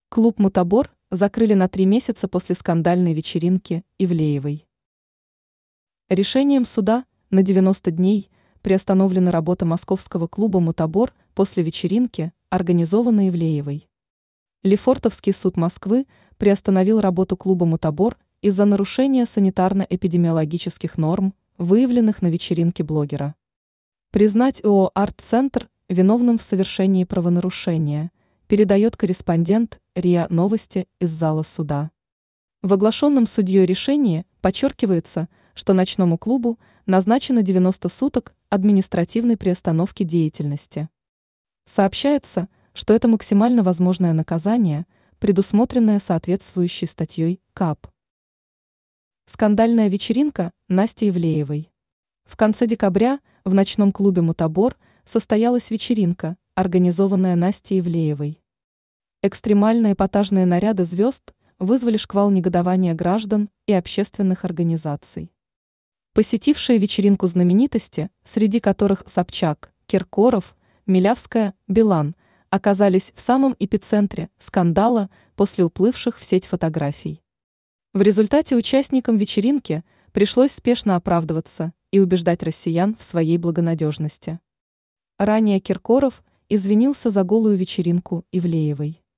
Клуб «Мутабор» закрыли на 3 месяца после скандальной вечеринки Ивлеевой. Решением суда на 90 дней приостановлена работа московского клуба «Мутабор» после вечеринки, организованной Ивлеевой. Лефортовский суд Москвы приостановил работу клуба «Мутабор» из-за нарушения санитарно-эпидемиологических норм, выявленных на вечеринке блогера. Признать ООО «Арт-центр» виновным в совершении правонарушения, передает корреспондент РИА Новости из зала суда. В оглашенном судьей решении подчеркивается, что ночному клубу назначено 90 суток административной приостановки деятельности. Сообщается, что это максимально возможное наказание, предусмотренное соответствующей статьей КАП. Скандальная вечеринка Насти Ивлеевой. В конце декабря в ночном клубе «Мутабор» состоялась вечеринка, организованная Настей Ивлеевой. Экстремальные эпатажные наряды звезд вызвали шквал негодования граждан и общественных организаций. Посетившие вечеринку знаменитости, среди которых Собчак, Киркоров, Милявская, Билан, оказались в самом эпицентре скандала после уплывших в сеть фотографий. В результате участникам вечеринки пришлось спешно оправдываться и убеждать россиян в своей благонадежности. Ранее Киркоров извинился за голую вечеринку Ивлеевой.